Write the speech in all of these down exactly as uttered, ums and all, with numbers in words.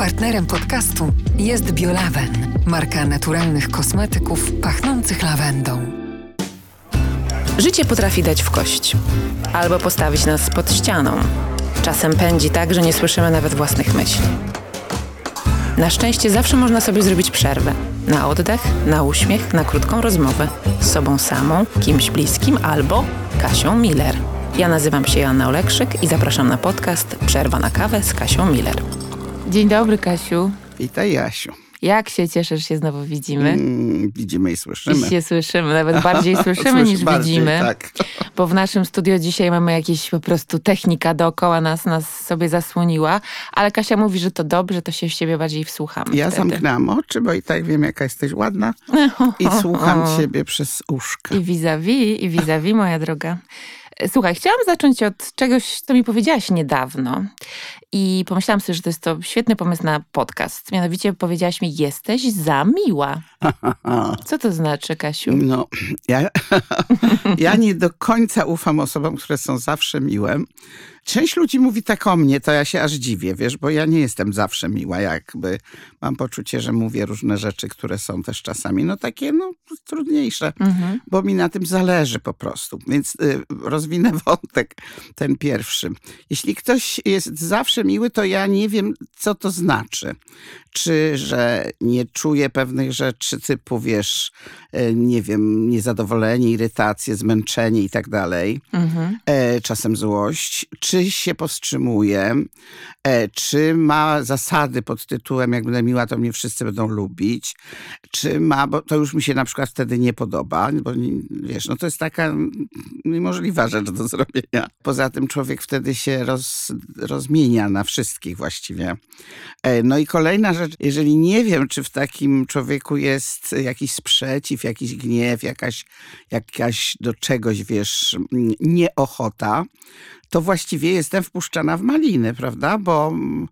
Partnerem podcastu jest Biolaven, marka naturalnych kosmetyków pachnących lawendą. Życie potrafi dać w kość albo postawić nas pod ścianą. Czasem pędzi tak, że nie słyszymy nawet własnych myśli. Na szczęście zawsze można sobie zrobić przerwę. Na oddech, na uśmiech, na krótką rozmowę. Z sobą samą, kimś bliskim albo Kasią Miller. Ja nazywam się Joanna Olekszyk i zapraszam na podcast Przerwa na kawę z Kasią Miller. Dzień dobry, Kasiu. Witaj, Jasiu. Jak się cieszę, że się znowu widzimy? Mm, widzimy i słyszymy. I się słyszymy, nawet bardziej słyszymy niż bardziej, widzimy. Tak. Bo w naszym studio dzisiaj mamy jakieś po prostu technika dookoła nas, nas sobie zasłoniła. Ale Kasia mówi, że to dobrze, to się w siebie bardziej wsłuchamy. Ja wtedy. zamknęłam oczy, bo i tak wiem, jaka jesteś ładna i słucham ciebie przez uszka. I vis-a-vis, i vis-a-vis, moja droga. Słuchaj, chciałam zacząć od czegoś, co mi powiedziałaś niedawno i pomyślałam sobie, że to jest to świetny pomysł na podcast. Mianowicie powiedziałaś mi, jesteś za miła. Co to znaczy, Kasiu? No, ja, ja nie do końca ufam osobom, które są zawsze miłe. Część ludzi mówi tak o mnie, to ja się aż dziwię, wiesz, bo ja nie jestem zawsze miła, jakby mam poczucie, że mówię różne rzeczy, które są też czasami, no takie, no, trudniejsze, mhm. bo mi na tym zależy po prostu. Więc y, rozwinę wątek ten pierwszy. Jeśli ktoś jest zawsze miły, to ja nie wiem, co to znaczy. Czy, że nie czuje pewnych rzeczy typu, wiesz, nie wiem, niezadowolenie, irytacje, zmęczenie i tak dalej. Mhm. E, czasem złość. Czy się powstrzymuje, e, czy ma zasady pod tytułem jak będę miła, to mnie wszyscy będą lubić. Czy ma, bo to już mi się na przykład wtedy nie podoba, bo wiesz, no to jest taka niemożliwa rzecz do zrobienia. Poza tym człowiek wtedy się roz, rozmienia na wszystkich właściwie. E, no i kolejna rzecz, jeżeli nie wiem, czy w takim człowieku jest jakiś sprzeciw, jakiś gniew, jakaś, jakaś do czegoś, wiesz, nieochota, to właściwie jestem wpuszczana w maliny, prawda? Bo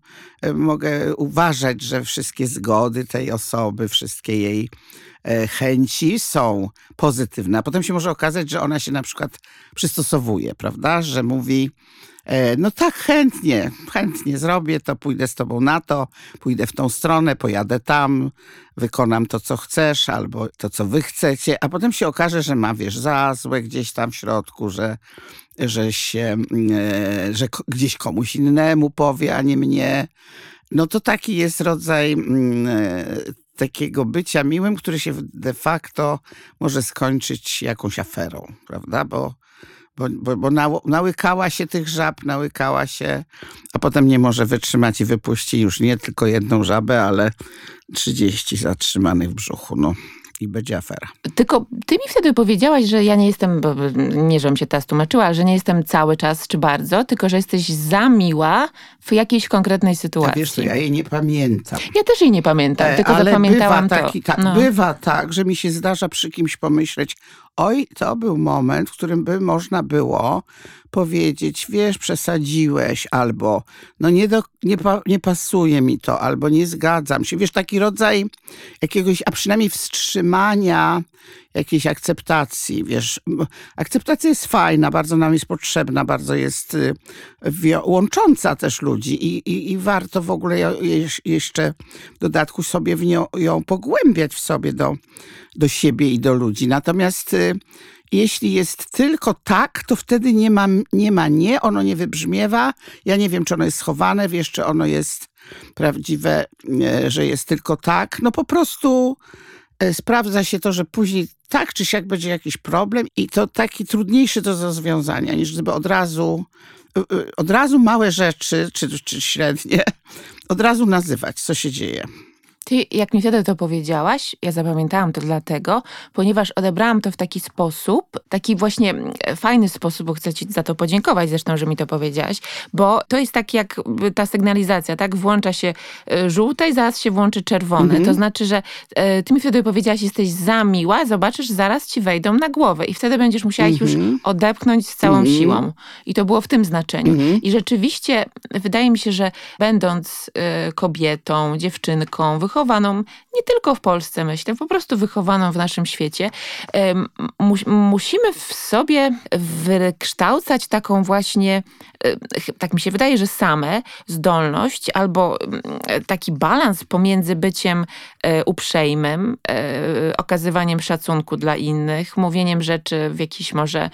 mogę uważać, że wszystkie zgody tej osoby, wszystkie jej chęci są pozytywne. A potem się może okazać, że ona się na przykład przystosowuje, prawda? Że mówi, no tak, chętnie, chętnie zrobię to, pójdę z tobą na to, pójdę w tą stronę, pojadę tam, wykonam to, co chcesz, albo to, co wy chcecie, a potem się okaże, że ma, wiesz, za złe gdzieś tam w środku, że, że się, że gdzieś komuś innemu powie, a nie mnie. No to taki jest rodzaj takiego bycia miłym, który się de facto może skończyć jakąś aferą, prawda? Bo Bo, bo, bo nałykała się tych żab, nałykała się, a potem nie może wytrzymać i wypuści już nie tylko jedną żabę, ale trzydzieści zatrzymanych w brzuchu. No i będzie afera. Tylko ty mi wtedy powiedziałaś, że ja nie jestem, bo nie żebym się teraz tłumaczyła, że nie jestem cały czas czy bardzo, tylko że jesteś za miła w jakiejś konkretnej sytuacji. Ja wiesz co, ja jej nie pamiętam. Ja też jej nie pamiętam, e, tylko ale zapamiętałam bywa taki, to. Ta, no. Bywa tak, że mi się zdarza przy kimś pomyśleć, oj, to był moment, w którym by można było powiedzieć, wiesz, przesadziłeś, albo no nie, do, nie, pa, nie pasuje mi to, albo nie zgadzam się. Wiesz, taki rodzaj jakiegoś, a przynajmniej wstrzymania jakiejś akceptacji, wiesz. Akceptacja jest fajna, bardzo nam jest potrzebna, bardzo jest y, łącząca też ludzi i, i, i warto w ogóle je, jeszcze w dodatku sobie w nią, ją pogłębiać w sobie do, do siebie i do ludzi. Natomiast y, jeśli jest tylko tak, to wtedy nie ma, nie ma nie, ono nie wybrzmiewa. Ja nie wiem, czy ono jest schowane, wiesz, czy ono jest prawdziwe, że jest tylko tak. No po prostu sprawdza się to, że później tak czy siak będzie jakiś problem i to taki trudniejszy do rozwiązania, niż gdyby od razu, od razu małe rzeczy, czy, czy średnie, od razu nazywać, co się dzieje. Ty, jak mi wtedy to powiedziałaś, ja zapamiętałam to dlatego, ponieważ odebrałam to w taki sposób, taki właśnie fajny sposób, bo chcę ci za to podziękować zresztą, że mi to powiedziałaś, bo to jest tak jak ta sygnalizacja, tak? Włącza się żółte i zaraz się włączy czerwone. Mm-hmm. To znaczy, że ty mi wtedy powiedziałaś, jesteś za miła, zobaczysz, zaraz ci wejdą na głowę i wtedy będziesz musiała ich mm-hmm. już odepchnąć z całą mm-hmm. siłą. I to było w tym znaczeniu. Mm-hmm. I rzeczywiście wydaje mi się, że będąc y, kobietą, dziewczynką, wychowującą, wychowaną nie tylko w Polsce, myślę, po prostu wychowaną w naszym świecie, mu, musimy w sobie wykształcać taką właśnie, tak mi się wydaje, że same zdolność albo taki balans pomiędzy byciem uprzejmym, okazywaniem szacunku dla innych, mówieniem rzeczy w jakiś może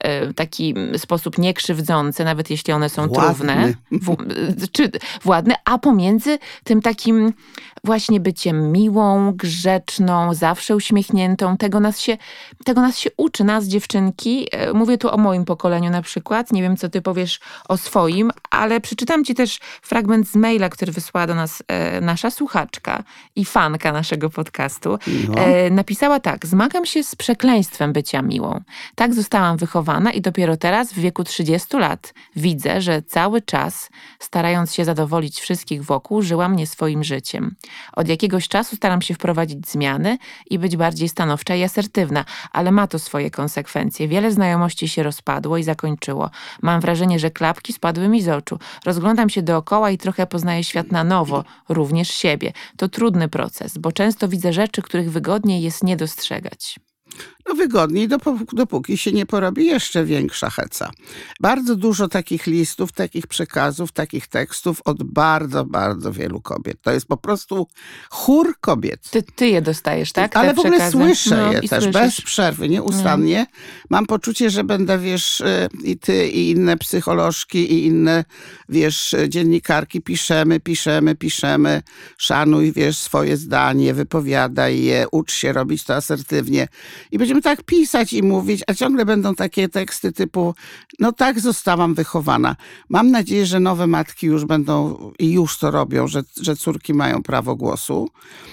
taki sposób niekrzywdzący, nawet jeśli one są Władny. trudne, w, czy władne, a pomiędzy tym takim właśnie byciem miłą, grzeczną, zawsze uśmiechniętą. Tego nas się, tego nas się uczy, nas dziewczynki. Mówię tu o moim pokoleniu na przykład. Nie wiem, co ty powiesz o swoim, ale przeczytam ci też fragment z maila, który wysłała do nas e, nasza słuchaczka i fanka naszego podcastu. No. E, napisała tak: zmagam się z przekleństwem bycia miłą. Tak zostałam wychowana i dopiero teraz, w wieku trzydziestu lat, widzę, że cały czas, starając się zadowolić wszystkich wokół, żyłam nie swoim życiem. Od jakiegoś czasu staram się wprowadzić zmiany i być bardziej stanowcza i asertywna, ale ma to swoje konsekwencje. Wiele znajomości się rozpadło i zakończyło. Mam wrażenie, że klapki spadły mi z oczu. Rozglądam się dookoła i trochę poznaję świat na nowo, również siebie. To trudny proces, bo często widzę rzeczy, których wygodniej jest nie dostrzegać. No wygodniej, dopóki się nie porobi jeszcze większa heca. Bardzo dużo takich listów, takich przekazów, takich tekstów od bardzo, bardzo wielu kobiet. To jest po prostu chór kobiet. Ty, ty je dostajesz, tak? Ale Te w ogóle przekazy? słyszę No, je i też, słyszysz. bez przerwy, nieustannie. No. Mam poczucie, że będę, wiesz, i ty, i inne psycholożki, i inne, wiesz, dziennikarki piszemy, piszemy, piszemy. Szanuj, wiesz, swoje zdanie, wypowiadaj je, ucz się robić to asertywnie. I będziemy tak pisać i mówić, a ciągle będą takie teksty typu, no tak zostałam wychowana. Mam nadzieję, że nowe matki już będą i już to robią, że, że córki mają prawo głosu.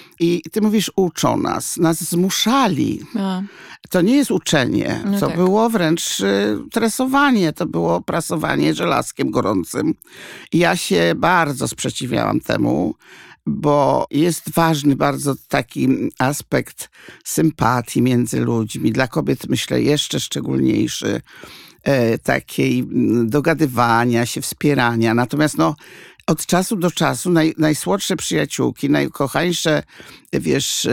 I ty mówisz, uczą nas, nas zmuszali. No. To nie jest uczenie, No to tak. było wręcz y, tresowanie, to było prasowanie żelazkiem gorącym. I ja się bardzo sprzeciwiałam temu, bo jest ważny bardzo taki aspekt sympatii między ludźmi. Dla kobiet, myślę, jeszcze szczególniejszy, e, takiej dogadywania się, wspierania. Natomiast no, od czasu do czasu naj, najsłodsze przyjaciółki, najkochańsze, wiesz,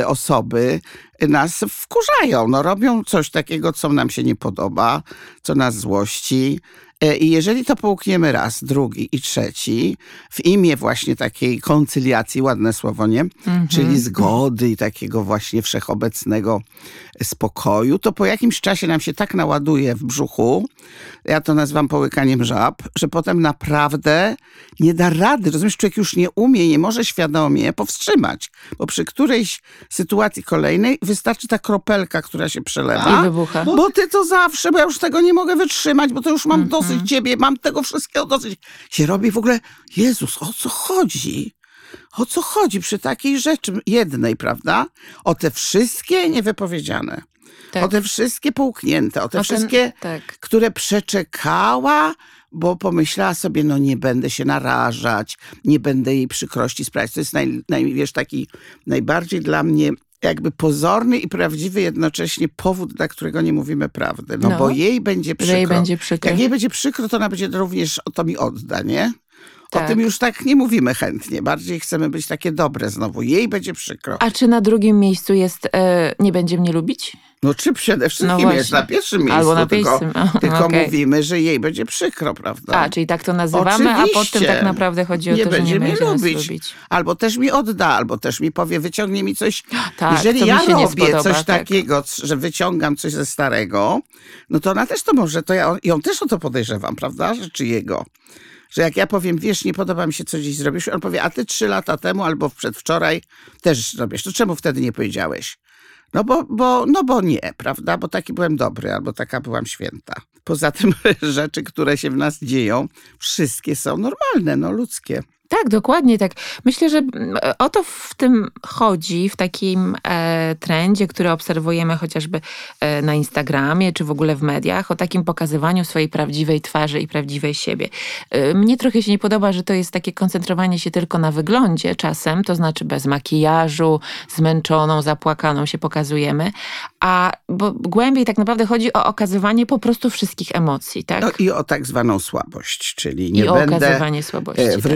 osoby nas wkurzają. No, robią coś takiego, co nam się nie podoba, co nas złości. I jeżeli to połkniemy raz, drugi i trzeci, w imię właśnie takiej koncyliacji, ładne słowo, nie? Mm-hmm. Czyli zgody i takiego właśnie wszechobecnego spokoju, to po jakimś czasie nam się tak naładuje w brzuchu, ja to nazywam połykaniem żab, że potem naprawdę nie da rady. Rozumiesz, człowiek już nie umie, nie może świadomie powstrzymać, bo przy którejś sytuacji kolejnej wystarczy ta kropelka, która się przelewa. I wybucha. Bo ty to zawsze, bo ja już tego nie mogę wytrzymać, bo to już mam mm-hmm. dosyć ciebie, mam tego wszystkiego dosyć. Się robi w ogóle, Jezus, o co chodzi? O co chodzi przy takiej rzeczy jednej, prawda? O te wszystkie niewypowiedziane. Tak. O te wszystkie połknięte, o te o wszystkie, ten, tak. które przeczekała, bo pomyślała sobie, no nie będę się narażać, nie będę jej przykrości sprawiać. To jest naj, naj, wiesz, taki najbardziej dla mnie jakby pozorny i prawdziwy jednocześnie powód, dla którego nie mówimy prawdy. No, no bo jej będzie przykro. Jej będzie przykro. Jak jej będzie przykro, to ona będzie również, to mi odda, nie? Tak. O tym już tak nie mówimy chętnie. Bardziej chcemy być takie dobre znowu. Jej będzie przykro. A czy na drugim miejscu jest e, nie będzie mnie lubić? No czy przede wszystkim no jest na pierwszym miejscu. Albo na tylko pierwszym. tylko okay. mówimy, że jej będzie przykro, prawda? A, czyli tak to nazywamy, Oczywiście. A potem tak naprawdę chodzi o nie to, że nie mnie będzie lubić. nas lubić. Albo też mi odda, albo też mi powie, wyciągnie mi coś. Tak, jeżeli ja robię spodoba, coś tak. takiego, że wyciągam coś ze starego, no to ona też to może, to ja ją też o to podejrzewam, prawda? Że czy jego. Że jak ja powiem, wiesz, nie podoba mi się, co dziś zrobisz, on powie, a ty trzy lata temu albo przedwczoraj też robisz. To czemu wtedy nie powiedziałeś? No bo, bo, no bo nie, prawda? Bo taki byłem dobry, albo taka byłam święta. Poza tym rzeczy, które się w nas dzieją, wszystkie są normalne, no ludzkie. Tak, dokładnie tak. Myślę, że o to w tym chodzi, w takim e, trendzie, który obserwujemy chociażby e, na Instagramie, czy w ogóle w mediach, o takim pokazywaniu swojej prawdziwej twarzy i prawdziwej siebie. E, mnie trochę się nie podoba, że to jest takie koncentrowanie się tylko na wyglądzie czasem, to znaczy bez makijażu, zmęczoną, zapłakaną się pokazujemy, a bo głębiej tak naprawdę chodzi o okazywanie po prostu wszystkich emocji, tak? No i o tak zwaną słabość, czyli nie I o będę okazywanie słabości, w rynsztunku.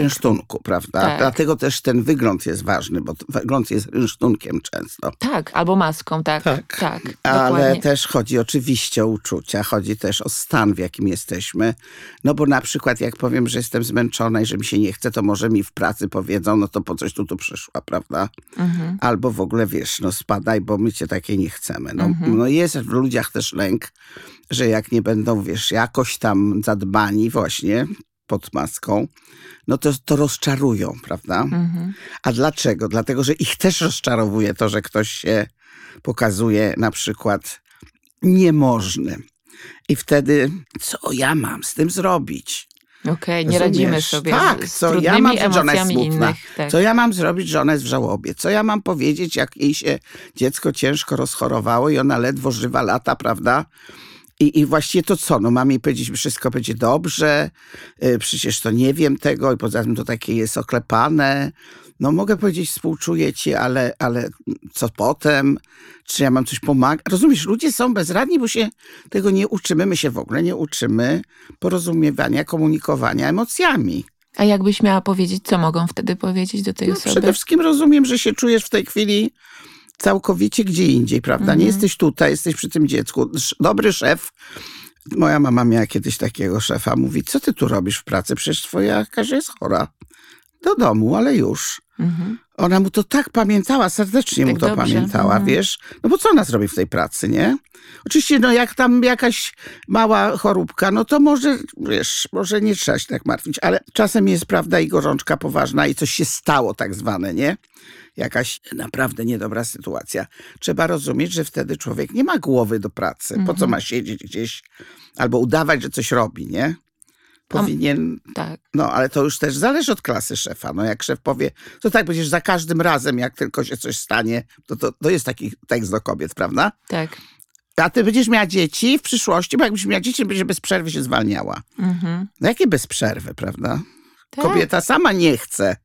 wzroku, prawda? Tak. Dlatego też ten wygląd jest ważny, bo wygląd jest rynsztunkiem często. Tak, albo maską, tak. Tak. tak Ale dokładnie. też chodzi oczywiście o uczucia, chodzi też o stan, w jakim jesteśmy. No bo na przykład jak powiem, że jestem zmęczona i że mi się nie chce, to może mi w pracy powiedzą, no to po coś tu tu przyszła, prawda? Mhm. Albo w ogóle wiesz, no spadaj, bo my cię takiej nie chcemy. No, Mhm. no jest w ludziach też lęk, że jak nie będą, wiesz, jakoś tam zadbani właśnie pod maską, no to, to rozczarują, prawda? Mhm. A dlaczego? Dlatego, że ich też rozczarowuje to, że ktoś się pokazuje na przykład niemożny. I I co ja mam z tym zrobić? Okej, nie radzimy Rozumiesz? sobie tak, z, z co trudnymi ja mam, że żona jest emocjami smutna. innych. Tak. Co ja mam zrobić, że ona jest w żałobie? Co ja mam powiedzieć, jak jej się dziecko ciężko rozchorowało i ona ledwo żywa lata, prawda? I, I właściwie to co? No mam jej powiedzieć, że wszystko będzie dobrze, yy, przecież to nie wiem tego i poza tym to takie jest oklepane. No mogę powiedzieć, współczuję ci, ale, ale co potem? Czy ja mam coś pomagać? Rozumiesz, ludzie są bezradni, bo się tego nie uczymy. My się w ogóle nie uczymy porozumiewania, komunikowania emocjami. A jakbyś miała powiedzieć, co mogą wtedy powiedzieć do tej No, osoby? przede wszystkim rozumiem, że się czujesz w tej chwili całkowicie gdzie indziej, prawda? Mhm. Nie jesteś tutaj, jesteś przy tym dziecku. Dobry szef, moja mama miała kiedyś takiego szefa, mówi, co ty tu robisz w pracy? Przecież twoja Kasia jest chora. Do domu, ale już. Mhm. Ona mu to tak pamiętała, serdecznie Tak mu to dobrze. pamiętała, Mhm. wiesz? No bo co ona zrobi w tej pracy, nie? Oczywiście, no jak tam jakaś mała choróbka, no to może, wiesz, może nie trzeba się tak martwić, ale czasem jest, prawda, i gorączka poważna i coś się stało tak zwane, nie? Jakaś naprawdę niedobra sytuacja. Trzeba rozumieć, że wtedy człowiek nie ma głowy do pracy. Po co Mhm. ma siedzieć gdzieś albo udawać, że coś robi, nie? Powinien... Tak. No, ale to już też zależy od klasy szefa. No, jak szef powie, to tak będziesz za każdym razem, jak tylko się coś stanie, to, to, to jest taki tekst do kobiet, prawda? Tak. A ty będziesz miała dzieci w przyszłości, bo jakbyś miała dzieci, to będziesz bez przerwy się zwalniała. Mhm. No jakie bez przerwy, prawda? Tak. Kobieta sama nie chce.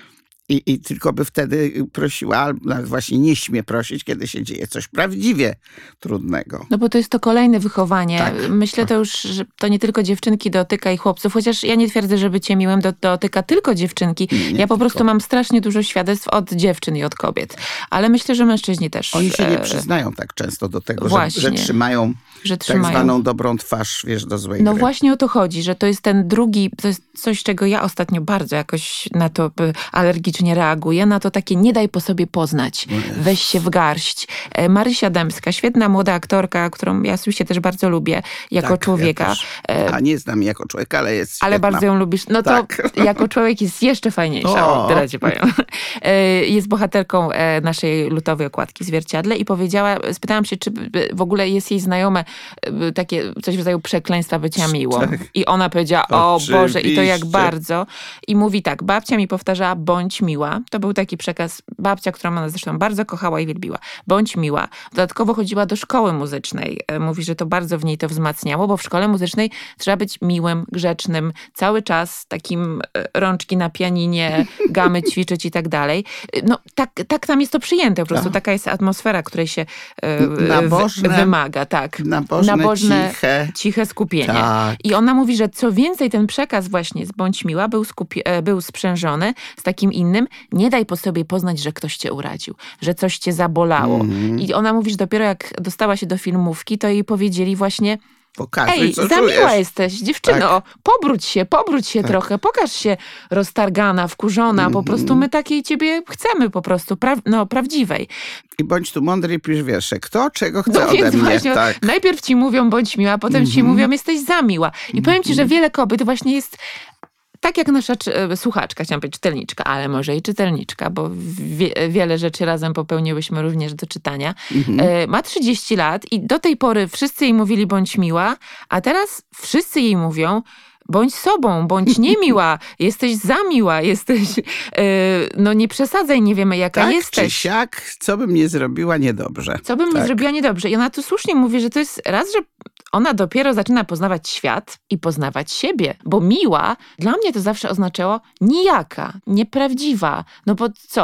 I, I tylko by wtedy prosiła, albo nawet właśnie nie śmie prosić, kiedy się dzieje coś prawdziwie trudnego. No bo to jest to kolejne wychowanie. Tak. Myślę to już, że to nie tylko dziewczynki dotyka i chłopców, chociaż ja nie twierdzę, że bycie miłym do, dotyka tylko dziewczynki. Nie, nie ja po tylko. prostu mam strasznie dużo świadectw od dziewczyn i od kobiet. Ale myślę, że mężczyźni też. Oni się nie e, przyznają tak często do tego, że, Właśnie. że trzymają że tak trzymają. zwaną dobrą twarz, wiesz, do złej No gry. właśnie o to chodzi, że to jest ten drugi, to jest coś, czego ja ostatnio bardzo jakoś na to y, alergicznie reaguję, na to takie nie daj po sobie poznać, weź się w garść. E, Marysia Dębska, świetna młoda aktorka, którą ja oczywiście też bardzo lubię jako Tak, człowieka. Ja też. E, A nie znam jej jako człowieka, ale jest ale świetna. bardzo ją lubisz. No to Tak. jako człowiek jest jeszcze fajniejsza. O. O, teraz ci powiem. E, Jest bohaterką e, naszej lutowej okładki w Zwierciadle i powiedziała, spytałam się, czy w ogóle jest jej znajome e, takie coś w rodzaju przekleństwa bycia miłą. Tak. I ona powiedziała, o Boże, i to jak Oczywiście. bardzo. I mówi tak, babcia mi powtarzała, bądź miła. To był taki przekaz, babcia, którą ona zresztą bardzo kochała i wielbiła. Bądź miła. Dodatkowo chodziła do szkoły muzycznej. E, Mówi, że to bardzo w niej to wzmacniało, bo w szkole muzycznej trzeba być miłym, grzecznym, cały czas takim e, rączki na pianinie, gamy ćwiczyć i tak dalej. E, No tak, tak tam jest to przyjęte, po prostu Tak. taka jest atmosfera, której się e, Nabożne, wy, wymaga. Tak. Nabożne, ciche. ciche skupienie. Tak. I ona mówi, że co więcej ten przekaz właśnie z bądź miła był, skupi- e, był sprzężony z takim innym, nie daj po sobie poznać, że ktoś cię uraził, że coś cię zabolało. Mhm. I ona mówi, że dopiero jak dostała się do filmówki, to jej powiedzieli właśnie, Pokazuj, ej, co za czujesz. miła jesteś, dziewczyno, pobróć się, pobróć się Tak. trochę, pokaż się roztargana, wkurzona, po Mhm. prostu my takiej ciebie chcemy po prostu, pra- no, prawdziwej. I bądź tu mądry i pisz wiersze. Kto czego chce No ode więc mnie. właśnie, Tak. najpierw ci mówią bądź miła, potem ci Mhm. mówią jesteś za miła. I powiem ci, że wiele kobiet właśnie jest tak jak nasza czy, e, słuchaczka, chciałam powiedzieć czytelniczka, ale może i czytelniczka, bo wie, wiele rzeczy razem popełniłyśmy również do czytania. Mhm. E, ma trzydzieści lat i do tej pory wszyscy jej mówili bądź miła, a teraz wszyscy jej mówią bądź sobą, bądź niemiła, jesteś za miła, jesteś, e, no nie przesadzaj, nie wiemy jaka Tak czy jesteś. siak, co bym nie zrobiła niedobrze. Co bym Tak. nie zrobiła niedobrze. I ona tu słusznie mówi, że to jest raz, że ona dopiero zaczyna poznawać świat i poznawać siebie. Bo miła, dla mnie to zawsze oznaczało nijaka, nieprawdziwa. No bo co?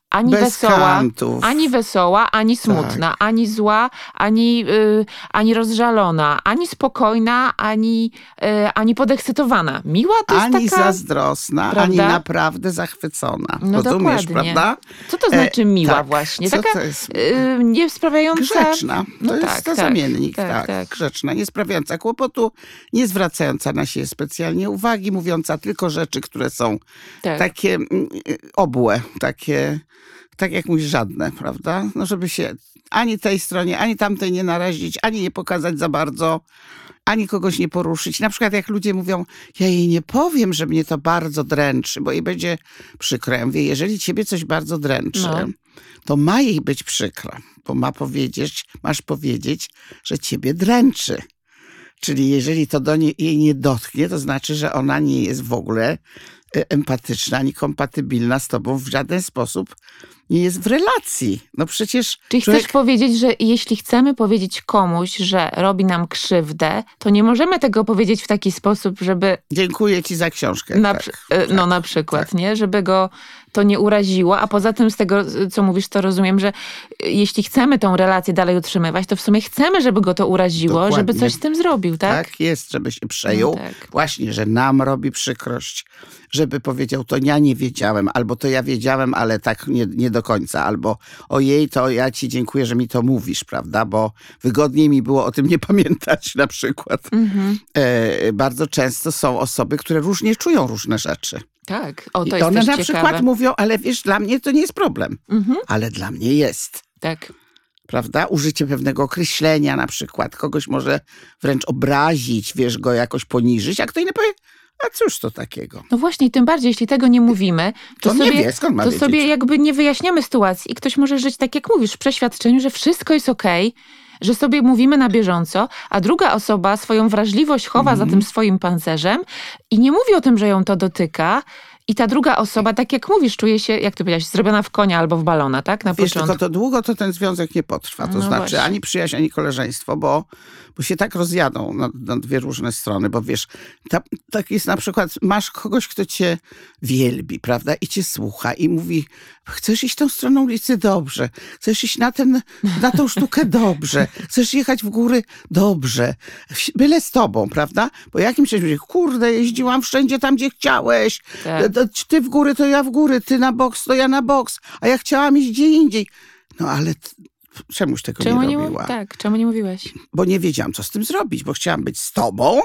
ani Bez wesoła, kantów. ani wesoła, ani smutna, Tak. ani zła, ani, y, ani rozżalona, ani spokojna, ani, y, ani podekscytowana. Miła to jest Ani taka... zazdrosna, Prawda? ani naprawdę zachwycona. No Rozumiesz, dokładnie. prawda? Co to znaczy E, miła tak. właśnie? Co Taka to jest? y, nie sprawiająca... Grzeczna. To No jest tak, to tak, zamiennik. tak, Tak, tak. Grzeczna, nie sprawiająca kłopotu, nie zwracająca na siebie specjalnie uwagi, mówiąca tylko rzeczy, które są Tak. takie mm, obłe, takie, tak jak mówisz, żadne, prawda? No żeby się ani tej stronie, ani tamtej nie narazić, ani nie pokazać za bardzo, ani kogoś nie poruszyć. Na przykład jak ludzie mówią, ja jej nie powiem, że mnie to bardzo dręczy, bo jej będzie przykro. Ja mówię, jeżeli ciebie coś bardzo dręczy, No. to ma jej być przykro, bo ma powiedzieć, masz powiedzieć, że ciebie dręczy. Czyli jeżeli to do niej, jej nie dotknie, to znaczy, że ona nie jest w ogóle e, empatyczna, ani kompatybilna z tobą w żaden sposób, nie jest w relacji. No przecież Czyli człowiek... chcesz powiedzieć, że jeśli chcemy powiedzieć komuś, że robi nam krzywdę, to nie możemy tego powiedzieć w taki sposób, żeby Dziękuję ci za książkę. na, tak, przy- e, no tak. na przykład, nie? Żeby go to nie uraziło, a poza tym z tego, co mówisz, to rozumiem, że e, jeśli chcemy tą relację dalej utrzymywać, to w sumie chcemy, żeby go to uraziło, Dokładnie. żeby coś z tym zrobił, tak? Tak jest, żeby się przejął. No tak. Właśnie, że nam robi przykrość, żeby powiedział, to ja nie wiedziałem, albo to ja wiedziałem, ale tak nie, nie do końca, albo ojej, to ja ci dziękuję, że mi to mówisz, prawda, bo wygodniej mi było o tym nie pamiętać na przykład. Mhm. E, bardzo często są osoby, które różnie czują różne rzeczy. Tak, o to I jest one też na ciekawe. przykład mówią, ale wiesz, dla mnie to nie jest problem, Mhm. ale dla mnie jest. Tak. Prawda? Użycie pewnego określenia na przykład. Kogoś może wręcz obrazić, wiesz, go jakoś poniżyć, a kto inny powie, a cóż to takiego? No właśnie, tym bardziej, jeśli tego nie mówimy, to, To nie sobie, wie, skąd ma to wiedzieć? sobie jakby nie wyjaśniamy sytuacji i ktoś może żyć tak, jak mówisz, w przeświadczeniu, że wszystko jest okej, że sobie mówimy na bieżąco, a druga osoba swoją wrażliwość chowa Mhm. za tym swoim pancerzem i nie mówi o tym, że ją to dotyka. I ta druga osoba, tak jak mówisz, czuje się, jak ty powiedziałaś, zrobiona w konia albo w balona, tak? Na Wiesz, początku. tylko to długo to ten związek nie potrwa. To No znaczy właśnie. ani przyjaźń, ani koleżeństwo, bo, bo się tak rozjadą na, na dwie różne strony. Bo wiesz, ta, tak jest na przykład, masz kogoś, kto cię wielbi, prawda? I cię słucha i mówi, chcesz iść tą stroną ulicy? Dobrze. Chcesz iść na, ten, na tą sztukę? Dobrze. Chcesz jechać w góry? Dobrze. Byle z tobą, prawda? Bo jakimś czasie, kurde, jeździłam wszędzie tam, gdzie chciałeś. Tak. To Ty w góry, to ja w góry, ty na boks, to ja na boks, a ja chciałam iść gdzie indziej. No ale t- czemuś tego Czemu nie nie, robiła? mów- tak, czemu nie mówiłeś? Bo nie wiedziałam, co z tym zrobić, bo chciałam być z tobą,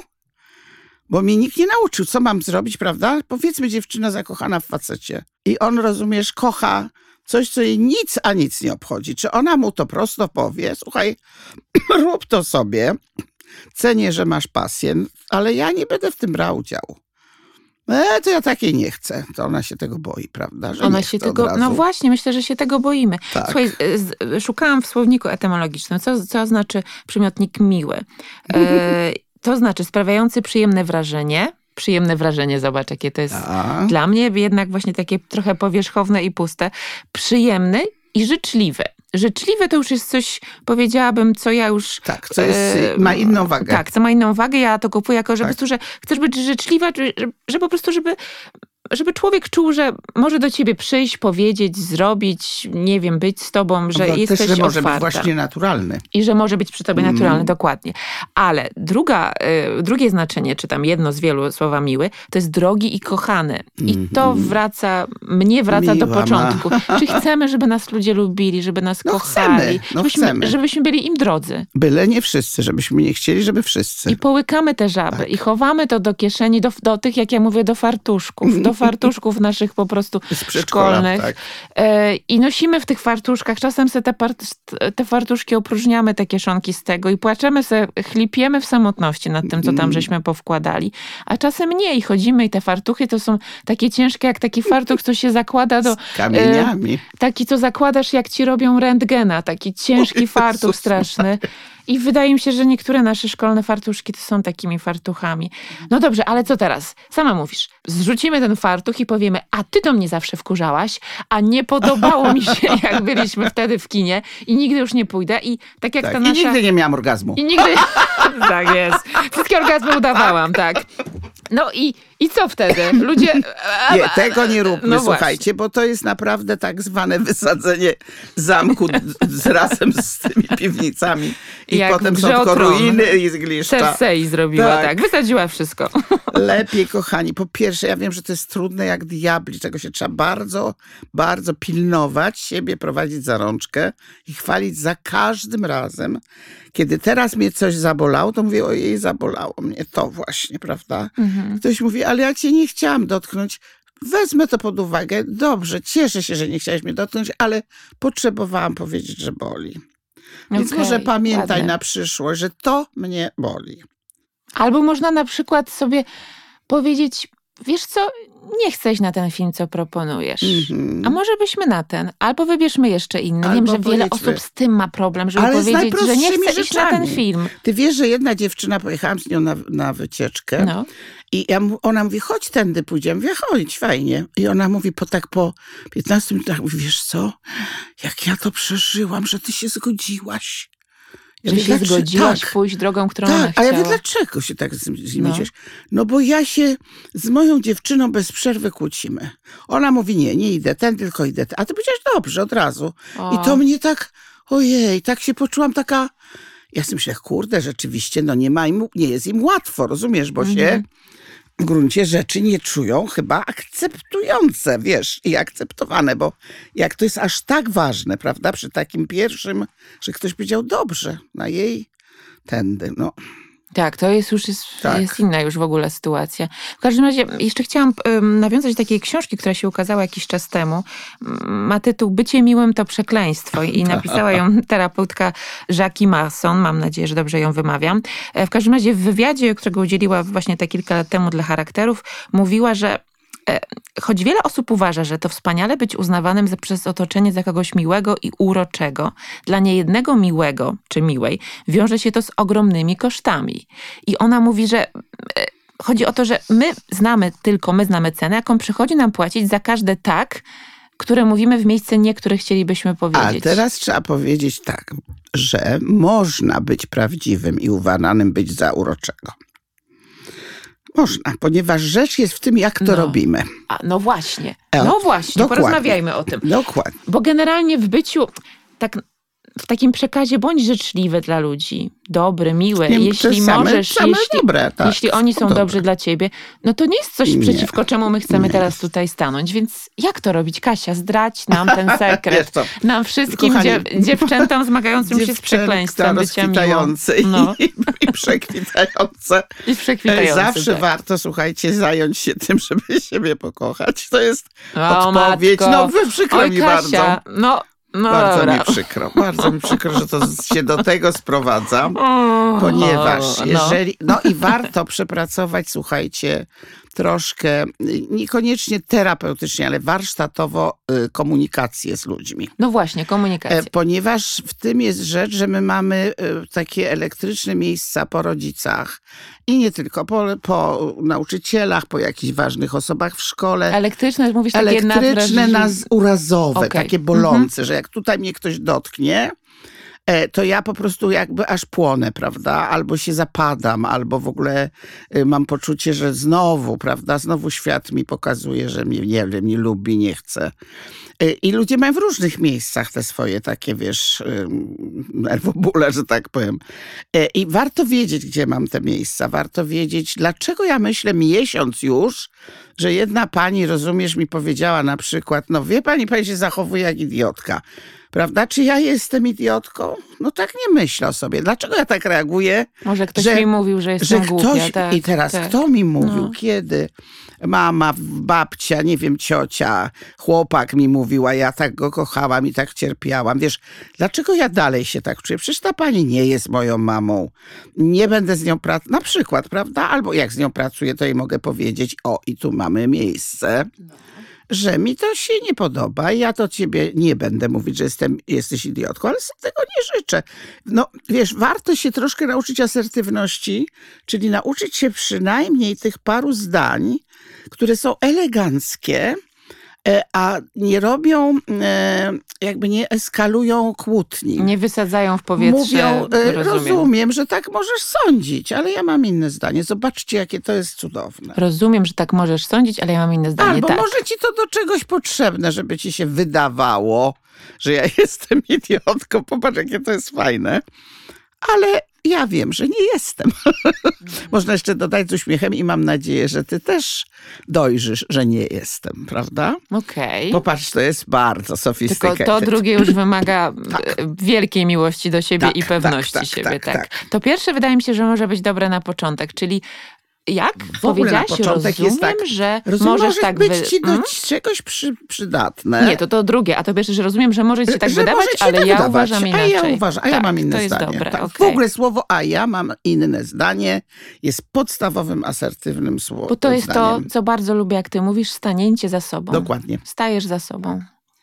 bo mnie nikt nie nauczył, co mam zrobić, prawda? Powiedzmy, dziewczyna zakochana w facecie i on, rozumiesz, kocha coś, co jej nic, a nic nie obchodzi. Czy ona mu to prosto powie? Słuchaj, rób to sobie, cenię, że masz pasję, ale ja nie będę w tym brał udziału. E, to ja takiej nie chcę. To ona się tego boi, prawda? Że Ona nie się chce od tego, razu. no właśnie, myślę, że się tego boimy. Tak. Słuchaj, z, szukałam w słowniku etymologicznym, co, co znaczy przymiotnik miły. E, to znaczy sprawiający przyjemne wrażenie. Przyjemne wrażenie, zobacz, jakie to jest A, dla mnie jednak właśnie takie trochę powierzchowne i puste. Przyjemny i życzliwy. Życzliwe to już jest coś, powiedziałabym, co ja już... tak, co jest, e, ma inną wagę. Tak, co ma inną wagę. Ja to kupuję jako, że Tak. po prostu, że chcesz być życzliwa, że, że po prostu, żeby, żeby człowiek czuł, że może do ciebie przyjść, powiedzieć, zrobić, nie wiem, być z tobą, że Bo jesteś też, że może otwarta. być właśnie naturalny. I że może być przy tobie Mm. naturalny, dokładnie. Ale druga, y, drugie znaczenie, czy tam jedno z wielu słowa miły, to jest drogi i kochany. I to wraca, mnie wraca do Miła ma. początku. Czy chcemy, żeby nas ludzie lubili, żeby nas No kochali, chcemy, no żebyśmy, chcemy. żebyśmy byli im drodzy. Byle nie wszyscy, żebyśmy nie chcieli, żeby wszyscy. I połykamy te żaby Tak. i chowamy to do kieszeni, do, do tych, jak ja mówię, do fartuszków, do fartuszków naszych po prostu Z przedszkola, szkolnych. tak. E, I nosimy w tych fartuszkach, czasem sobie te, part- te fartuszki opróżniamy, te kieszonki z tego i płaczemy sobie, chlipiemy w samotności nad tym, co Mm. tam żeśmy powkładali. A czasem nie i chodzimy i te fartuchy to są takie ciężkie, jak taki fartuch, co się zakłada do... Z kamieniami. Taki, co zakładasz, jak ci robią rentgena. Taki ciężki fartuch Jezus straszny. I wydaje mi się, że niektóre nasze szkolne fartuszki to są takimi fartuchami. No dobrze, ale co teraz? Sama mówisz. Zrzucimy ten fartuch i powiemy, a ty to mnie zawsze wkurzałaś, a nie podobało mi się, jak byliśmy wtedy w kinie i nigdy już nie pójdę. I tak jak Tak. ta I nasza... nigdy nie miałam orgazmu. I nigdy... tak jest. Wszystkie orgazmy udawałam, tak. No i I co wtedy? Ludzie... Nie, tego nie róbmy, No słuchajcie, właśnie. bo to jest naprawdę tak zwane wysadzenie zamku z, razem z tymi piwnicami. I Jak potem w są Grze o tylko Tron. ruiny i zgliszcza. Cersei zrobiła tak. Tak. Wysadziła wszystko. Lepiej, kochani, po pierwsze, ja wiem, że to jest trudne jak diabli, czego się trzeba bardzo, bardzo pilnować, siebie prowadzić za rączkę i chwalić za każdym razem. Kiedy teraz mnie coś zabolało, to mówię, ojej, zabolało mnie to właśnie, prawda? Mhm. Ktoś mówi, ale ja cię nie chciałam dotknąć. Wezmę to pod uwagę. Dobrze, cieszę się, że nie chciałeś mnie dotknąć, ale potrzebowałam powiedzieć, że boli. Więc Okay, może pamiętaj ładne. na przyszłość, że to mnie boli. Albo można na przykład sobie powiedzieć, wiesz co, nie chcę iść na ten film, co proponujesz. Mm-hmm. A może byśmy na ten? Albo wybierzmy jeszcze inny. Albo Wiem, że wiele pojedźmy. osób z tym ma problem, żeby Ale z powiedzieć, że nie najprostszymi chce iść na ten rzeczami. film. Ty wiesz, że jedna dziewczyna, pojechałam z nią na, na wycieczkę No. i ja, mu- ona mówi, chodź tędy pójdziemy. Mówię, chodź, fajnie. I ona mówi, po tak po piętnastu minutach, mówi, wiesz co, jak ja to przeżyłam, że ty się zgodziłaś. Ja Że mówię, się "Dlaczego?" zgodziłaś tak, pójść drogą, którą ona tak, a chciała. ja mówię, dlaczego się tak z, z nim No. no. no bo ja się z moją dziewczyną bez przerwy kłócimy. Ona mówi, nie, nie idę ten, tylko idę ten. A ty powiedziałaś, dobrze, od razu. O. I to mnie tak, ojej, tak się poczułam taka... Ja sobie myślę, kurde, rzeczywiście, no nie ma im, nie jest im łatwo, rozumiesz, bo Mhm. się w gruncie rzeczy nie czują chyba akceptujące, wiesz, i akceptowane, bo jak to jest aż tak ważne, prawda, przy takim pierwszym, że ktoś powiedział, dobrze, na jej tędy, no. Tak, to jest już jest, Tak. jest inna już w ogóle sytuacja. W każdym razie jeszcze chciałam um, nawiązać do takiej książki, która się ukazała jakiś czas temu. Ma tytuł Bycie miłym to przekleństwo i napisała ją terapeutka Jackie Masson. Mam nadzieję, że dobrze ją wymawiam. W każdym razie w wywiadzie, którego udzieliła właśnie te kilka lat temu dla Charakterów, mówiła, że choć wiele osób uważa, że to wspaniale być uznawanym za, przez otoczenie za kogoś miłego i uroczego, dla niejednego miłego czy miłej wiąże się to z ogromnymi kosztami. I ona mówi, że e, chodzi o to, że my znamy, tylko my znamy cenę, jaką przychodzi nam płacić za każde tak, które mówimy w miejsce nie, które chcielibyśmy powiedzieć. A teraz trzeba powiedzieć tak, że można być prawdziwym i uważanym być za uroczego. Można, ponieważ rzecz jest w tym, jak to No. robimy. A, no właśnie, E, no właśnie, dokładnie. porozmawiajmy o tym. Dokładnie. Bo generalnie w byciu, tak w takim przekazie bądź życzliwy dla ludzi, dobry, miły, Nie, to jeśli same- możesz, same jeśli, dobre, tak, jeśli oni są dobre. dobrzy dla ciebie, no to nie jest coś, Nie. przeciwko czemu my chcemy Nie. teraz tutaj stanąć. Więc jak to robić? Kasia, zdradź nam ten Wiesz sekret. co, Nam wszystkim kochani, dziew- dziewczętom zmagającym się z dziewczęta przekleństwem bycia miłą. rozkwitające i, No. i przekwitające. I przekwitający. Zawsze tak. warto, słuchajcie, zająć się tym, żeby siebie pokochać. To jest O, odpowiedź. matko. No, wy przykro Oj, mi Kasia, bardzo. no, no Bardzo dobra. mi przykro, bardzo mi przykro, że to się do tego sprowadza, O, ponieważ no. jeżeli, no i warto przepracować, słuchajcie, troszkę, niekoniecznie terapeutycznie, ale warsztatowo y, komunikację z ludźmi. No właśnie, komunikacja. E, Ponieważ w tym jest rzecz, że my mamy e, takie elektryczne miejsca po rodzicach i nie tylko, po, po nauczycielach, po jakichś ważnych osobach w szkole. Elektryczne, mówisz takie Elektryczne, nadwrażliwe- nas urazowe, Okej. takie bolące, że jak tutaj mnie ktoś dotknie, e, to ja po prostu jakby aż płonę, prawda? Albo się zapadam, albo w ogóle e, mam poczucie, że znowu, prawda? Znowu świat mi pokazuje, że mnie, nie wiem, nie lubi, nie chce. E, I ludzie mają w różnych miejscach te swoje takie, wiesz, ym, nerwobóle, że tak powiem. E, I warto wiedzieć, gdzie mam te miejsca. Warto wiedzieć, dlaczego ja myślę miesiąc już, że jedna pani, rozumiesz, mi powiedziała na przykład, no wie pani, pani się zachowuje jak idiotka. Prawda? Czy ja jestem idiotką? No tak nie myślę o sobie. Dlaczego ja tak reaguję? Może ktoś że- mi mówił, że jestem Że głupia. ktoś, tak, i teraz tak. kto mi mówił, No. kiedy? Mama, babcia, nie wiem, ciocia, chłopak mi mówił, a ja tak go kochałam i tak cierpiałam. Wiesz, dlaczego ja dalej się tak czuję? Przecież ta pani nie jest moją mamą. Nie będę z nią pracować, na przykład, prawda? Albo jak z nią pracuję, to jej mogę powiedzieć, o i tu mamy miejsce. Że mi to się nie podoba. Ja do ciebie nie będę mówić, że jestem, jesteś idiotką, ale sobie tego nie życzę. No, wiesz, warto się troszkę nauczyć asertywności, czyli nauczyć się przynajmniej tych paru zdań, które są eleganckie, e, a nie robią, e, jakby nie eskalują kłótni. Nie wysadzają w powietrze. Mówią, e, rozumiem. rozumiem, że tak możesz sądzić, ale ja mam inne zdanie. Zobaczcie, jakie to jest cudowne. Rozumiem, że tak możesz sądzić, ale ja mam inne zdanie. Albo tak. może ci to do czegoś potrzebne, żeby ci się wydawało, że ja jestem idiotką. Popatrz, jakie to jest fajne. Ale ja wiem, że nie jestem. Można jeszcze dodać z uśmiechem i mam nadzieję, że ty też dojrzysz, że nie jestem, prawda? Okej. Popatrz, to jest bardzo sofistykowane. Tylko to drugie już wymaga Tak. wielkiej miłości do siebie Tak, i pewności tak, tak, siebie. tak, Tak, tak. To pierwsze wydaje mi się, że może być dobre na początek, czyli jak W ogóle na powiedziałaś, początek rozumiem, jest tak, że rozumiem, możesz może tak być wy... ci do Mm? czegoś przy, przydatne. Nie, to to drugie, a to pierwsze, że rozumiem, że może ci tak że wydawać, może ci ale tak ja wydawać, uważam a inaczej. ja uważam, a ja tak, mam inne to jest zdanie. dobre, Tak. W okej. ogóle słowo a ja mam inne zdanie jest podstawowym, asertywnym słowem. Bo to jest to, co bardzo lubię, jak ty mówisz, stanięcie za sobą. Dokładnie. Stajesz za sobą.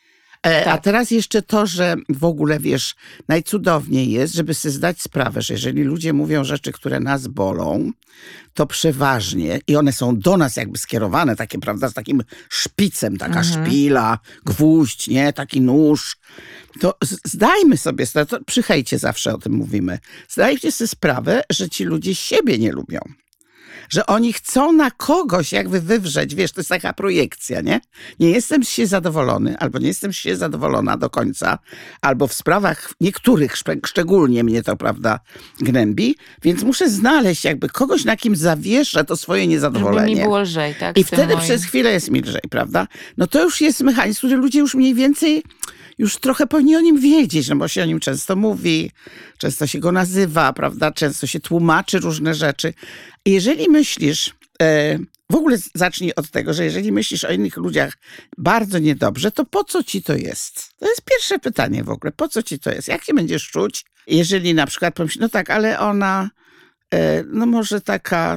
E, Tak. A teraz jeszcze to, że w ogóle, wiesz, najcudowniej jest, żeby sobie zdać sprawę, że jeżeli ludzie mówią rzeczy, które nas bolą, to przeważnie, i one są do nas jakby skierowane, takie, prawda, z takim szpicem, taka Mhm. szpila, gwóźdź, nie, taki nóż, to z- zdajmy sobie, sprawę, to przy hejcie zawsze o tym mówimy, zdajcie sobie sprawę, że ci ludzie siebie nie lubią. Że oni chcą na kogoś jakby wywrzeć, wiesz, to jest taka projekcja, nie? Nie jestem się zadowolony, albo nie jestem się zadowolona do końca, albo w sprawach niektórych szpe- szczególnie mnie to, prawda, gnębi, więc muszę znaleźć jakby kogoś, na kim zawieszę to swoje Żeby niezadowolenie. mi było lżej, tak? I z tym wtedy moim. przez chwilę jest mi lżej, prawda? No to już jest mechanizm, który ludzie już mniej więcej już trochę powinni o nim wiedzieć, no bo się o nim często mówi, często się go nazywa, prawda? Często się tłumaczy różne rzeczy. I jeżeli myślisz, e, w ogóle zacznij od tego, że jeżeli myślisz o innych ludziach bardzo niedobrze, to po co ci to jest? To jest pierwsze pytanie w ogóle. Po co ci to jest? Jak się będziesz czuć, jeżeli na przykład pomyślisz, no tak, ale ona... No może taka,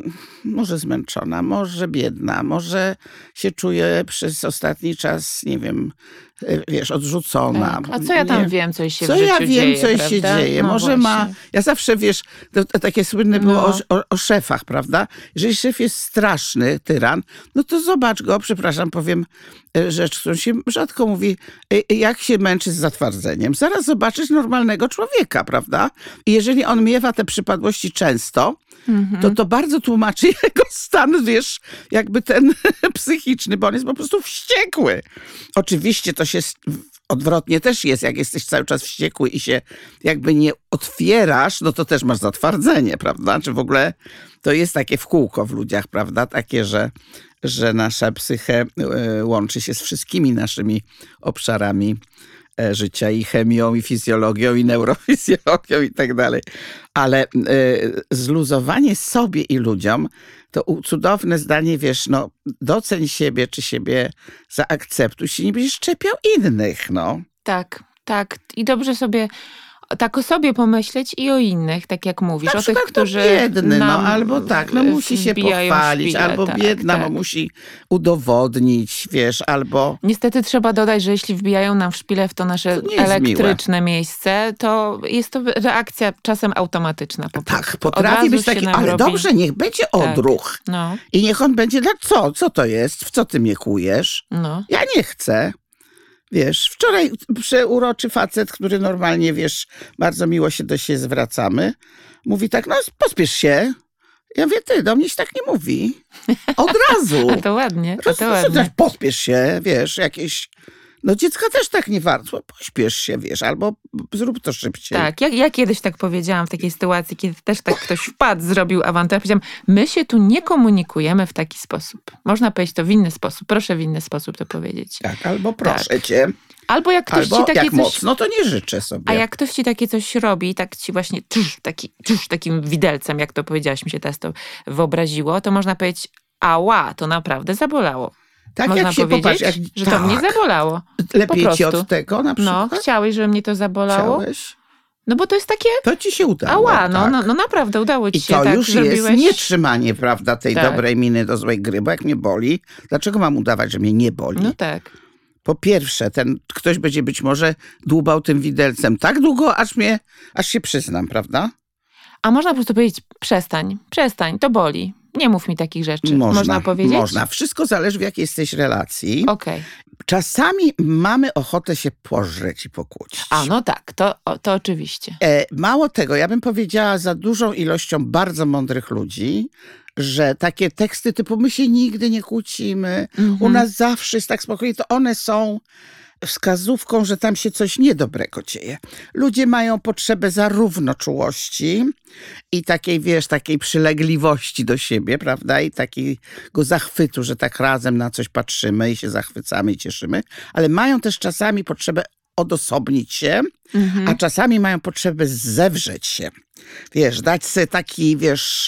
może zmęczona, może biedna, może się czuje przez ostatni czas, nie wiem, wiesz, odrzucona. Tak. A co ja tam nie? wiem, co się Co w życiu ja wiem, dzieje, co prawda? się dzieje. No Może właśnie. ma, ja zawsze, wiesz, to, to takie słynne było No. o, o, o szefach, prawda? Jeżeli szef jest straszny, tyran, no to zobacz go, przepraszam, powiem e, rzecz, którą się rzadko mówi, e, jak się męczy z zatwardzeniem. Zaraz zobaczysz normalnego człowieka, prawda? I jeżeli on miewa te przypadłości często, Mhm. to to bardzo tłumaczy jego stan, wiesz, jakby ten psychiczny, bo on jest po prostu wściekły. Oczywiście to się s- odwrotnie też jest, jak jesteś cały czas wściekły i się jakby nie otwierasz, no to też masz zatwardzenie, prawda? Czy w ogóle to jest takie w kółko w ludziach, prawda? Takie, że, że nasza psyche e, łączy się z wszystkimi naszymi obszarami e, życia i chemią, i fizjologią, i neurofizjologią i tak dalej. Ale e, zluzowanie sobie i ludziom to u- cudowne zdanie, wiesz, no doceń siebie, czy siebie zaakceptuj się, nie będziesz czepiał innych, no. Tak, tak. I dobrze sobie tak o sobie pomyśleć i o innych, tak jak mówisz. Na o tych, przykład którzy no biedny, no nam albo tak, no w- musi się wbijają pochwalić, szpilę, albo tak, biedna, tak. bo musi udowodnić, wiesz, albo... Niestety trzeba dodać, że jeśli wbijają nam w szpilę w to nasze To nie jest elektryczne miejsce, to jest to reakcja czasem automatyczna po prostu. Tak, Od potrafi razu być się taki, nam ale robi- dobrze, niech będzie odruch. No, I niech on będzie, dla co? Co to jest? W co ty mnie kłujesz? no. Ja nie chcę. Wiesz, wczoraj przeuroczy facet, który normalnie, wiesz, bardzo miło się do siebie zwracamy, mówi tak, no pospiesz się. Ja mówię, ty, do mnie się tak nie mówi. Od razu. A to ładnie, a Roz- to co ładnie. też pospiesz się, wiesz, jakieś... No dziecka też tak nie warto. Pośpiesz się, wiesz, albo zrób to szybciej. Tak, ja, ja kiedyś tak powiedziałam w takiej sytuacji, kiedy też tak ktoś wpadł, zrobił awanturę. Powiedziałam, my się tu nie komunikujemy w taki sposób. Można powiedzieć to w inny sposób. Proszę w inny sposób to powiedzieć. Tak, albo proszę Tak. cię, Albo jak ktoś albo ci takie jak coś... mocno, to nie życzę sobie. A jak ktoś ci takie coś robi, tak ci właśnie tsz, taki, tsz, takim widelcem, jak to powiedziałaś, mi się teraz to wyobraziło, to można powiedzieć, ała, to naprawdę zabolało. tak Można jak się powiedzieć, popatrz, jak, że tak, to mnie zabolało. lepiej po ci prostu. od tego na No, przykład? chciałeś, żeby mnie to zabolało? Chciałeś? No bo to jest takie, To ci się udało. ała, no, tak. no, no naprawdę, udało ci I się. to tak, już zrobiłeś... jest nietrzymanie, prawda, tej Tak. dobrej miny do złej gry, bo jak mnie boli, dlaczego mam udawać, że mnie nie boli? No tak. Po pierwsze, ten ktoś będzie być może dłubał tym widelcem tak długo, aż mnie, aż się przyznam, prawda? A można po prostu powiedzieć, przestań, przestań, to boli. Nie mów mi takich rzeczy. Można, można powiedzieć? Można. Wszystko zależy, w jakiej jesteś relacji. Okej. Czasami mamy ochotę się pożreć i pokłócić. A, no tak, to, o, to oczywiście. E, mało tego, ja bym powiedziała za dużą ilością bardzo mądrych ludzi, że takie teksty typu my się nigdy nie kłócimy, Mhm. u nas zawsze jest tak spokojnie, to one są wskazówką, że tam się coś niedobrego dzieje. Ludzie mają potrzebę zarówno czułości i takiej, wiesz, takiej przylegliwości do siebie, prawda? I takiego zachwytu, że tak razem na coś patrzymy i się zachwycamy i cieszymy, ale mają też czasami potrzebę odosobnić się, Mhm. a czasami mają potrzebę zewrzeć się. Wiesz, dać sobie taki, wiesz,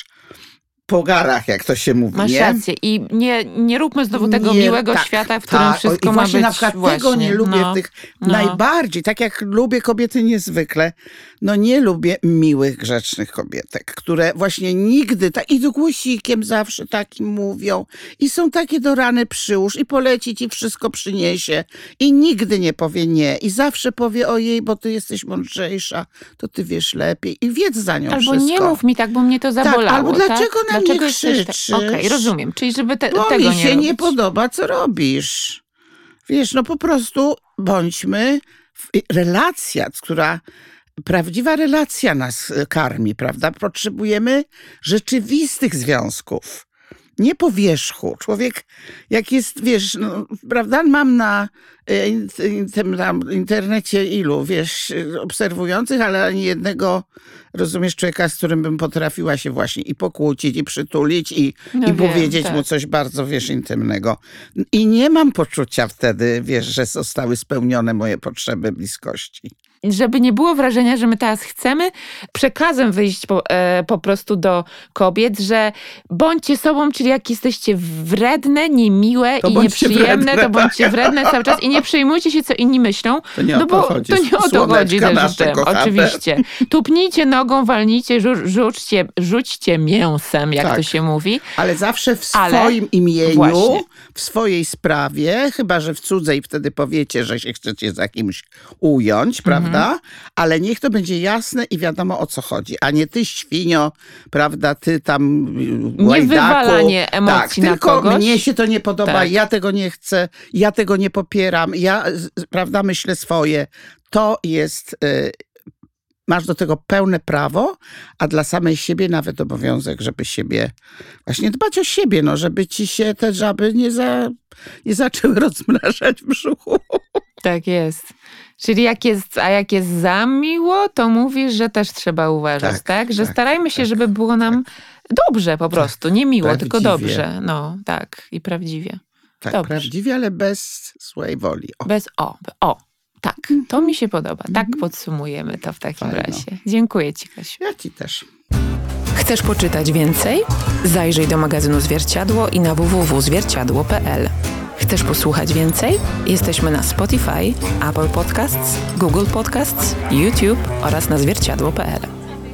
po garach, jak to się mówi, Masz nie? rację. I nie, nie róbmy znowu tego Nie, miłego tak, świata, w którym tak. wszystko I ma właśnie być na przykład właśnie. tego nie lubię no, w tych no. najbardziej, tak jak lubię kobiety niezwykle, no nie lubię miłych, grzecznych kobietek, które właśnie nigdy, tak i głosikiem zawsze takim mówią i są takie do rany przyłóż i poleci ci wszystko przyniesie i nigdy nie powie nie i zawsze powie ojej, bo ty jesteś mądrzejsza, to ty wiesz lepiej i wiedz za nią Albo wszystko. nie mów mi tak, bo mnie to zabolało. albo tak? dlaczego na mnie jesteś tak- krzyczysz? Okej, rozumiem. Czyli żeby te, Bo tego mi nie się nie robić. podoba, co robisz. Wiesz, no po prostu bądźmy... W... Relacja, która... Prawdziwa relacja nas karmi, prawda? Potrzebujemy rzeczywistych związków. Nie po wierzchu. Człowiek, jak jest, wiesz, no, prawda, mam na, e, in- tym tam internecie ilu, wiesz, obserwujących, ale ani jednego, rozumiesz, człowieka, z którym bym potrafiła się właśnie i pokłócić, i przytulić, i, No i wiem, powiedzieć tak. mu coś bardzo, wiesz, intymnego. I nie mam poczucia wtedy, wiesz, że zostały spełnione moje potrzeby bliskości. Żeby nie było wrażenia, że my teraz chcemy przekazem wyjść po, e, po prostu do kobiet, że bądźcie sobą, czyli jak jesteście wredne, niemiłe To i bądźcie nieprzyjemne, wredne, to bądźcie tak. wredne cały czas i nie przejmujcie się, co inni myślą. To nie o no to bo chodzi. to nie o to Słoneczka chodzi ze nasze życiem, kochane. oczywiście. Tupnijcie nogą, walnijcie, rzu- rzućcie, rzućcie mięsem, jak Tak. to się mówi. Ale zawsze w Ale- swoim imieniu, Właśnie. w swojej sprawie, chyba że w cudzej wtedy powiecie, że się chcecie z jakimś ująć, prawda? Ale niech to będzie jasne i wiadomo o co chodzi, a nie ty świnio, prawda, ty tam łajdaku. wywalanie emocji tak, na tylko kogoś. mnie się to nie podoba, Tak. ja tego nie chcę, ja tego nie popieram, ja, z- prawda, myślę swoje. To jest... Y, Masz do tego pełne prawo, a dla samej siebie nawet obowiązek, żeby siebie, właśnie dbać o siebie, no, żeby ci się te żaby nie, za, nie zaczęły rozmrażać w brzuchu. Tak jest. Czyli jak jest, a jak jest za miło, to mówisz, że też trzeba uważać, tak? Tak, Że tak, starajmy się, tak, żeby było nam dobrze po prostu. Nie miło, tylko prawdziwie. dobrze. No, tak. I prawdziwie. Tak, Dobrze. prawdziwie, ale bez złej woli. O. Bez o. O. Tak. To mi się podoba. Tak podsumujemy to w takim Fajno. razie. Dziękuję ci, Kasiu. Ja ci też. Chcesz poczytać więcej? Zajrzyj do magazynu Zwierciadło i na w w w kropka zwierciadło kropka p l. Chcesz posłuchać więcej? Jesteśmy na Spotify, Apple Podcasts, Google Podcasts, YouTube oraz na zwierciadło kropka p l.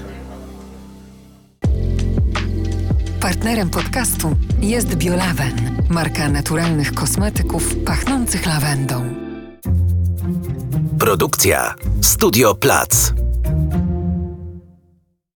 Partnerem podcastu jest Biolaven, marka naturalnych kosmetyków pachnących lawendą. Produkcja Studio Plac.